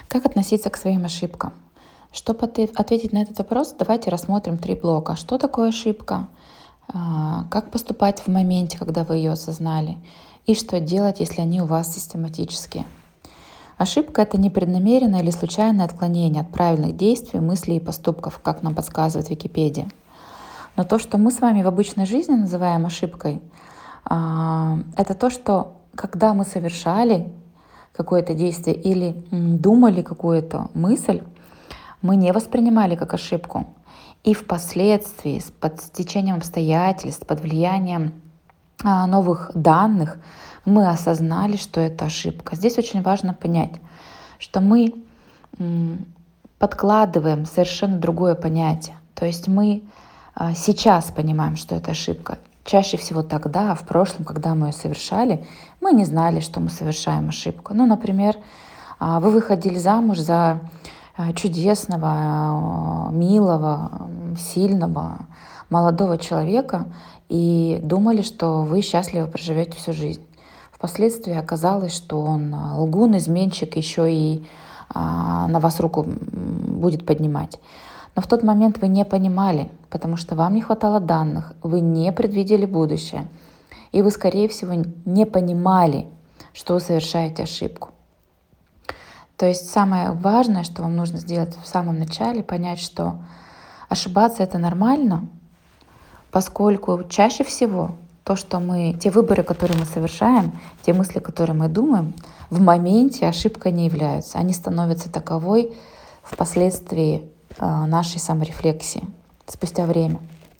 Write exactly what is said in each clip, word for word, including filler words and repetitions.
Как относиться к своим ошибкам? Чтобы отве- ответить на этот вопрос, давайте рассмотрим три блока. Что такое ошибка? А, Как поступать в моменте, когда вы ее осознали? И что делать, если они у вас систематические? Ошибка — это непреднамеренное или случайное отклонение от правильных действий, мыслей и поступков, как нам подсказывает Википедия. Но то, что мы с вами в обычной жизни называем ошибкой, а, это то, что когда мы совершали какое-то действие или м, думали какую-то мысль, мы не воспринимали как ошибку. И впоследствии, с- под стечением обстоятельств, под влиянием а, новых данных, мы осознали, что это ошибка. Здесь очень важно понять, что мы м, подкладываем совершенно другое понятие. То есть мы а, сейчас понимаем, что это ошибка. Чаще всего тогда, в прошлом, когда мы ее совершали, мы не знали, что мы совершаем ошибку. Ну, например, а, вы выходили замуж за а, чудесного, а, милого, м, сильного, молодого человека и думали, что вы счастливо проживете всю жизнь. Впоследствии оказалось, что он а, лгун, изменщик, еще и а, на вас руку м, будет поднимать. Но в тот момент вы не понимали, потому что вам не хватало данных, вы не предвидели будущее, и вы, скорее всего, не понимали, что вы совершаете ошибку. То есть самое важное, что вам нужно сделать в самом начале, понять, что ошибаться — это нормально, поскольку чаще всего то, что мы, те выборы, которые мы совершаем, те мысли, которые мы думаем, в моменте ошибкой не являются. Они становятся таковой впоследствии э, нашей саморефлексии спустя время.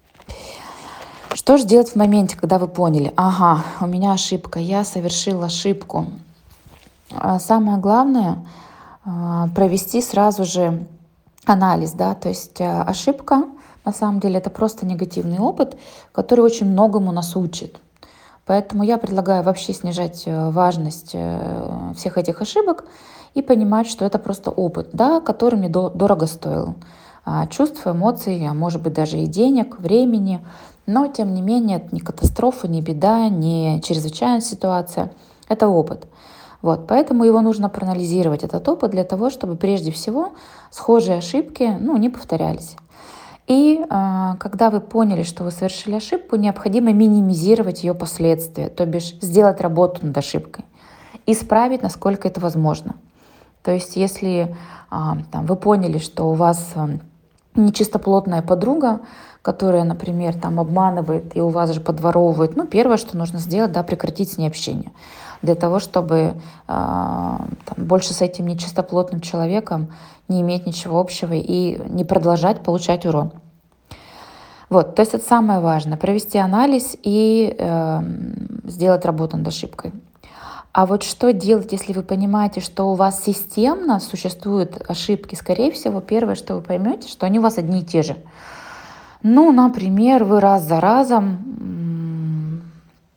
Что же делать в моменте, когда вы поняли: ага, у меня ошибка, я совершил ошибку? А Самое главное а, провести сразу же анализ, да, то есть а, ошибка на самом деле это просто негативный опыт, который очень многому нас учит. Поэтому я предлагаю вообще снижать э, важность э, всех этих ошибок и понимать, что это просто опыт, да, который мне до- дорого стоил. А, Чувств, эмоций, а может быть даже и денег, времени. Но тем не менее это не катастрофа, не беда, не чрезвычайная ситуация. Это опыт. Вот, поэтому его нужно проанализировать, этот опыт, для того, чтобы прежде всего схожие ошибки, ну, не повторялись. И а, когда вы поняли, что вы совершили ошибку, необходимо минимизировать ее последствия, то бишь сделать работу над ошибкой, исправить, насколько это возможно. То есть если а, там, вы поняли, что у вас а, нечистоплотная подруга, которая, например, там обманывает и у вас же подворовывает, ну, первое, что нужно сделать, да, прекратить с ней общение. Для того, чтобы а, там, больше с этим нечистоплотным человеком не иметь ничего общего и не продолжать получать урон. Вот, то есть это самое важное — провести анализ и э, сделать работу над ошибкой. А вот что делать, если вы понимаете, что у вас системно существуют ошибки? Скорее всего, первое, что вы поймете, что они у вас одни и те же. Ну, например, вы раз за разом, м,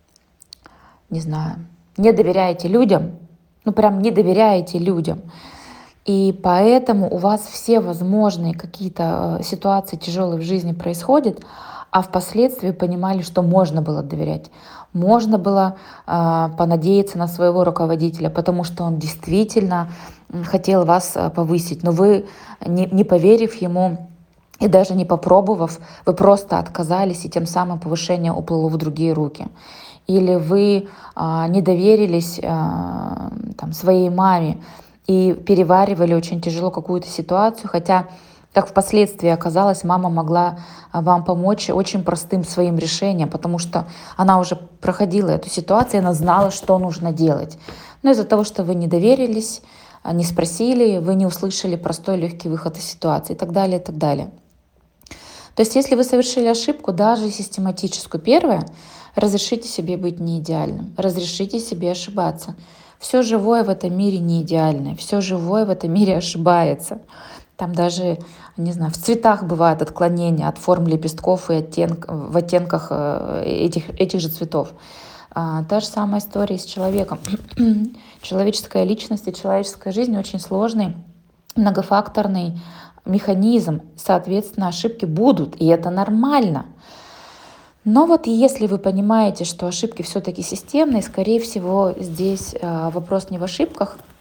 не знаю, не доверяете людям, ну прям не доверяете людям. И поэтому у вас все возможные какие-то э, ситуации тяжелые в жизни происходят, а впоследствии понимали, что можно было доверять. Можно было э, понадеяться на своего руководителя, потому что он действительно м, хотел вас э, повысить, но вы, не, не поверив ему и даже не попробовав, вы просто отказались, и тем самым повышение уплыло в другие руки. Или вы а, не доверились а, там, своей маме и переваривали очень тяжело какую-то ситуацию, хотя, как впоследствии оказалось, мама могла а, вам помочь очень простым своим решением, потому что она уже проходила эту ситуацию, она знала, что нужно делать. Но из-за того, что вы не доверились, а, не спросили, вы не услышали простой легкий выход из ситуации и так далее, и так далее. То есть если вы совершили ошибку, даже систематическую, первое — разрешите себе быть не идеальным, разрешите себе ошибаться. Все живое в этом мире не идеальное, все живое в этом мире ошибается. Там даже, не знаю, в цветах бывают отклонения от форм лепестков и оттенк, в оттенках э, этих, этих же цветов. А, та же самая история с человеком. Человеческая личность и человеческая жизнь очень сложный, многофакторный механизм. Соответственно, ошибки будут, и это нормально. Но вот если вы понимаете, что ошибки все-таки системные, скорее всего, здесь э, вопрос не в ошибках,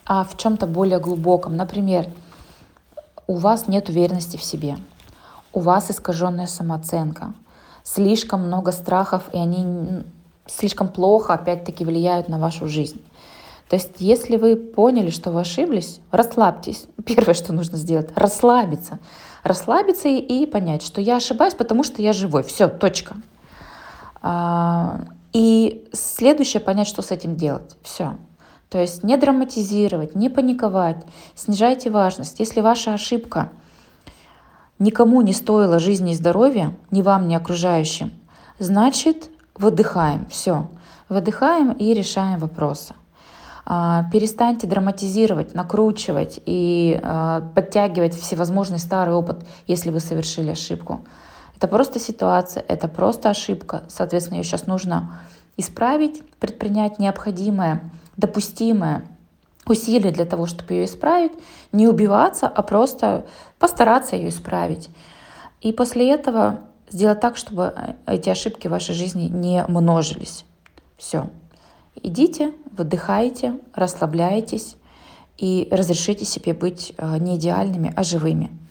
а в чем-то более глубоком. Например, у вас нет уверенности в себе, у вас искаженная самооценка, слишком много страхов, и они слишком плохо, опять-таки, влияют на вашу жизнь. То есть, если вы поняли, что вы ошиблись, расслабьтесь. Первое, что нужно сделать, расслабиться. Расслабиться и, и понять, что я ошибаюсь, потому что я живой. Все, точка. А, И следующее, понять, что с этим делать. Все. То есть не драматизировать, не паниковать, снижайте важность. Если ваша ошибка никому не стоила жизни и здоровья, ни вам, ни окружающим, значит, выдыхаем. Все. Выдыхаем и решаем вопросы. А, Перестаньте драматизировать, накручивать и а, подтягивать всевозможный старый опыт, если вы совершили ошибку. Это просто ситуация, это просто ошибка. Соответственно, ее сейчас нужно исправить, предпринять необходимое, допустимое усилие для того, чтобы ее исправить. Не убиваться, а просто постараться ее исправить. И после этого сделать так, чтобы эти ошибки в вашей жизни не множились. Все. Идите, выдыхайте, расслабляйтесь и разрешите себе быть э, не идеальными, а живыми.